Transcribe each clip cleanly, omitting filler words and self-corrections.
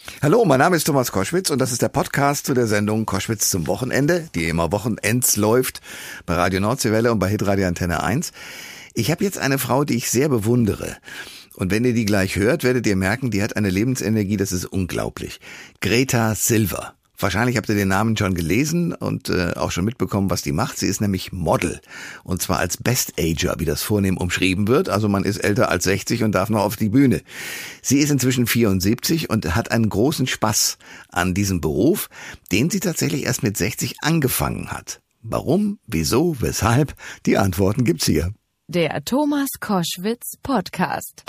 Hallo, mein Name ist Thomas Koschwitz und das ist der Podcast zu der Sendung Koschwitz zum Wochenende, die immer wochenends läuft bei Radio Nordseewelle und bei Hitradio Antenne 1. Ich habe jetzt eine Frau, die ich sehr bewundere. Und wenn ihr die gleich hört, werdet ihr merken, die hat eine Lebensenergie, das ist unglaublich. Greta Silver. Wahrscheinlich habt ihr den Namen schon gelesen und auch schon mitbekommen, was die macht. Sie ist nämlich Model. Und zwar als Best Ager, wie das vornehm umschrieben wird. Also man ist älter als 60 und darf noch auf die Bühne. Sie ist inzwischen 74 und hat einen großen Spaß an diesem Beruf, den sie tatsächlich erst mit 60 angefangen hat. Warum, wieso, weshalb? Die Antworten gibt's hier. Der Thomas Koschwitz Podcast.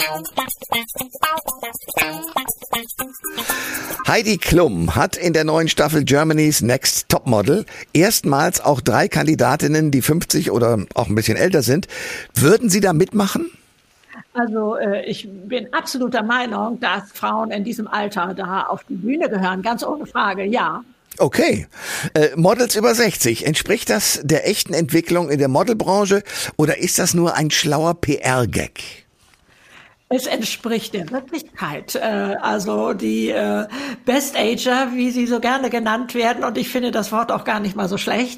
Heidi Klum hat in der neuen Staffel Germany's Next Topmodel erstmals auch 3 Kandidatinnen, die 50 oder auch ein bisschen älter sind. Würden Sie da mitmachen? Also ich bin absoluter Meinung, dass Frauen in diesem Alter da auf die Bühne gehören, ganz ohne Frage, ja. Okay. Models über 60, entspricht das der echten Entwicklung in der Modelbranche oder ist das nur ein schlauer PR-Gag? Es entspricht der Wirklichkeit. Also die Best Ager, wie sie so gerne genannt werden, und ich finde das Wort auch gar nicht mal so schlecht,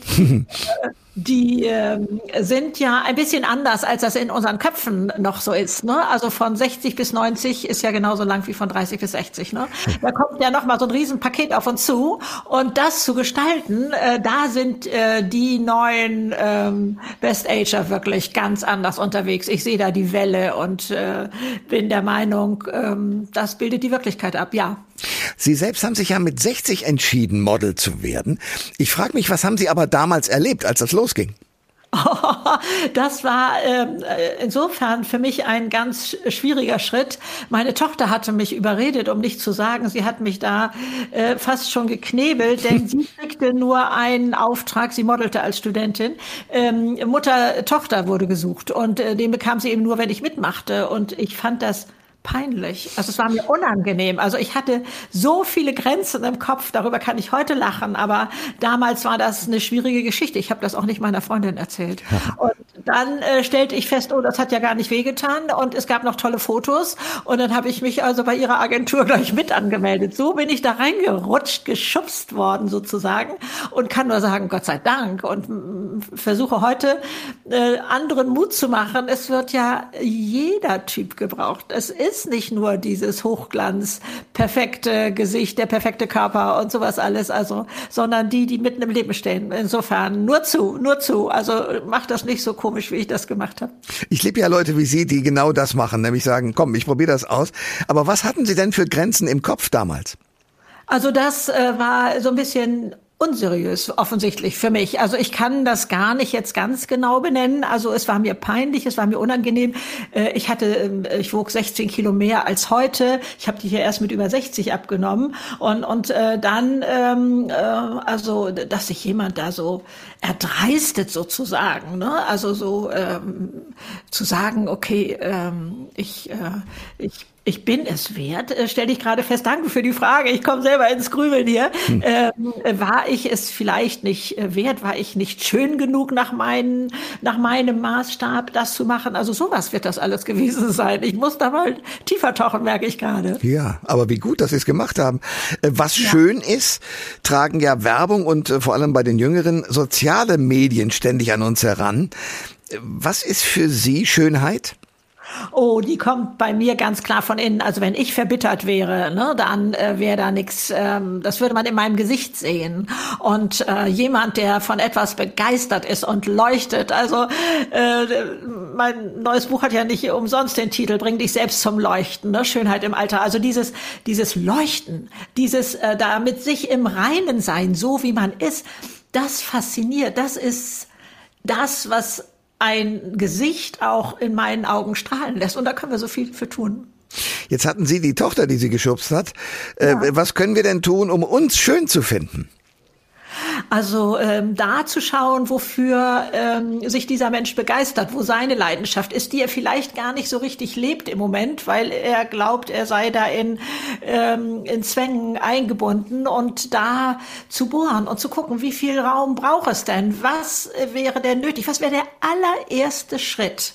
die sind ja ein bisschen anders, als das in unseren Köpfen noch so ist. Ne? Also von 60 bis 90 ist ja genauso lang wie von 30 bis 60. Ne? Da kommt ja noch mal so ein Riesenpaket auf uns zu. Und das zu gestalten, da sind die neuen Best Ager wirklich ganz anders unterwegs. Ich sehe da die Welle und bin der Meinung, das bildet die Wirklichkeit ab, ja. Sie selbst haben sich ja mit 60 entschieden, Model zu werden. Ich frage mich, was haben Sie aber damals erlebt, als das losging? Das war insofern für mich ein ganz schwieriger Schritt. Meine Tochter hatte mich überredet, um nicht zu sagen, sie hat mich da fast schon geknebelt, denn sie kriegte nur einen Auftrag, sie modelte als Studentin. Mutter-Tochter wurde gesucht und den bekam sie eben nur, wenn ich mitmachte, und ich fand das peinlich. Also es war mir unangenehm. Also ich hatte so viele Grenzen im Kopf, darüber kann ich heute lachen, aber damals war das eine schwierige Geschichte. Ich habe das auch nicht meiner Freundin erzählt. Und dann stellte ich fest, oh, das hat ja gar nicht wehgetan, und es gab noch tolle Fotos, und dann habe ich mich also bei ihrer Agentur gleich mit angemeldet. So bin ich da reingerutscht, geschubst worden sozusagen, und kann nur sagen, Gott sei Dank, und versuche heute anderen Mut zu machen. Es wird ja jeder Typ gebraucht. Es ist nicht nur dieses Hochglanz, perfekte Gesicht, der perfekte Körper und sowas alles, also, sondern die mitten im Leben stehen. Insofern nur zu. Also macht das nicht so komisch, wie ich das gemacht habe. Ich liebe ja Leute wie Sie, die genau das machen, nämlich sagen, komm, ich probiere das aus. Aber was hatten Sie denn für Grenzen im Kopf damals? Also das war so ein bisschen unseriös, offensichtlich für mich. Also ich kann das gar nicht jetzt ganz genau benennen. Also es war mir peinlich, es war mir unangenehm. Ich wog 16 Kilo mehr als heute. Ich habe die hier erst mit über 60 abgenommen. Und dann, also dass sich jemand da so erdreistet sozusagen, ne? Also so zu sagen, okay, ich bin es wert, stelle ich gerade fest. Danke für die Frage. Ich komme selber ins Grübeln hier. War ich es vielleicht nicht wert? War ich nicht schön genug nach meinem Maßstab, das zu machen? Also sowas wird das alles gewesen sein. Ich muss da mal tiefer tauchen, merke ich gerade. Ja, aber wie gut, dass Sie es gemacht haben. Was schön ist, tragen ja Werbung und vor allem bei den Jüngeren soziale Medien ständig an uns heran. Was ist für Sie Schönheit? Oh, die kommt bei mir ganz klar von innen. Also wenn ich verbittert wäre, ne, dann wäre da nichts, das würde man in meinem Gesicht sehen. Und jemand, der von etwas begeistert ist und leuchtet, also mein neues Buch hat ja nicht umsonst den Titel, Bring dich selbst zum Leuchten, ne? Schönheit im Alter. Also dieses Leuchten, dieses da mit sich im Reinen sein, so wie man ist, das fasziniert. Das ist das, was ein Gesicht auch in meinen Augen strahlen lässt. Und da können wir so viel für tun. Jetzt hatten Sie die Tochter, die Sie geschubst hat. Ja. Was können wir denn tun, um uns schön zu finden? Also da zu schauen, wofür sich dieser Mensch begeistert, wo seine Leidenschaft ist, die er vielleicht gar nicht so richtig lebt im Moment, weil er glaubt, er sei da in Zwängen eingebunden, und da zu bohren und zu gucken, wie viel Raum braucht es denn? Was wäre denn nötig? Was wäre der allererste Schritt,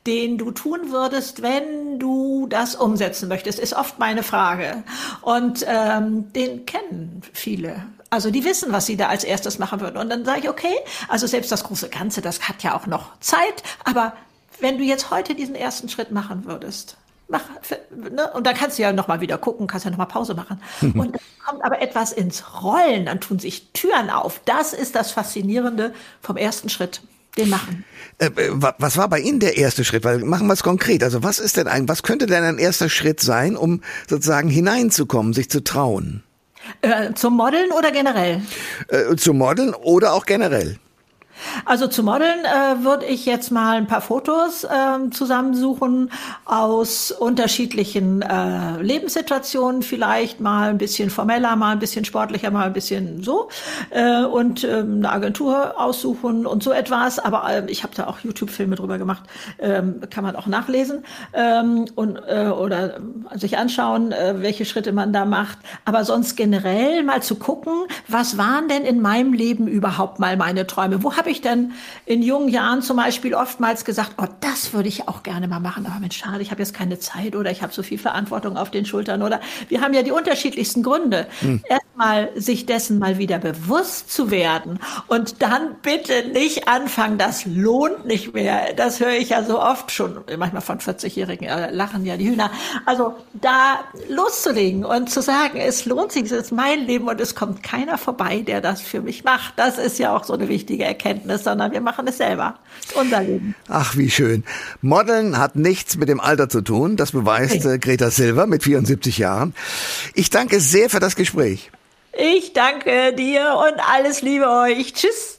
den du tun würdest, wenn du das umsetzen möchtest, ist oft meine Frage. Und den kennen viele. Also die wissen, was sie da als erstes machen würden. Und dann sage ich, okay, also selbst das große Ganze, das hat ja auch noch Zeit. Aber wenn du jetzt heute diesen ersten Schritt machen würdest, und dann kannst du ja nochmal wieder gucken, kannst ja nochmal Pause machen. Und dann kommt aber etwas ins Rollen, dann tun sich Türen auf. Das ist das Faszinierende vom ersten Schritt, den machen. Was war bei Ihnen der erste Schritt? Weil machen wir es konkret. Also was könnte denn ein erster Schritt sein, um sozusagen hineinzukommen, sich zu trauen? Zum Modeln oder generell? Zum Modeln oder auch generell? Also zu modeln würde ich jetzt mal ein paar Fotos zusammensuchen aus unterschiedlichen Lebenssituationen, vielleicht mal ein bisschen formeller, mal ein bisschen sportlicher, mal ein bisschen so und eine Agentur aussuchen und so etwas. Aber ich habe da auch YouTube-Filme drüber gemacht, kann man auch nachlesen oder sich anschauen, welche Schritte man da macht. Aber sonst generell mal zu gucken, was waren denn in meinem Leben überhaupt mal meine Träume? Wo habe ich denn in jungen Jahren zum Beispiel oftmals gesagt, oh, das würde ich auch gerne mal machen, aber Mensch, schade, ich habe jetzt keine Zeit oder ich habe so viel Verantwortung auf den Schultern oder wir haben ja die unterschiedlichsten Gründe. Erstmal sich dessen mal wieder bewusst zu werden und dann bitte nicht anfangen, das lohnt nicht mehr. Das höre ich ja so oft schon, manchmal von 40-Jährigen, lachen ja die Hühner. Also da loszulegen und zu sagen, es lohnt sich, es ist mein Leben und es kommt keiner vorbei, der das für mich macht. Das ist ja auch so eine wichtige Erkenntnis, sondern wir machen es selber. Das ist unser Leben. Ach, wie schön. Modeln hat nichts mit dem Alter zu tun. Das beweist Greta Silver mit 74 Jahren. Ich danke sehr für das Gespräch. Ich danke dir und alles Liebe euch. Tschüss.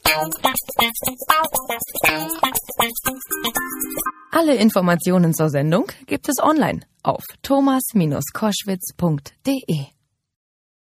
Alle Informationen zur Sendung gibt es online auf thomas-koschwitz.de.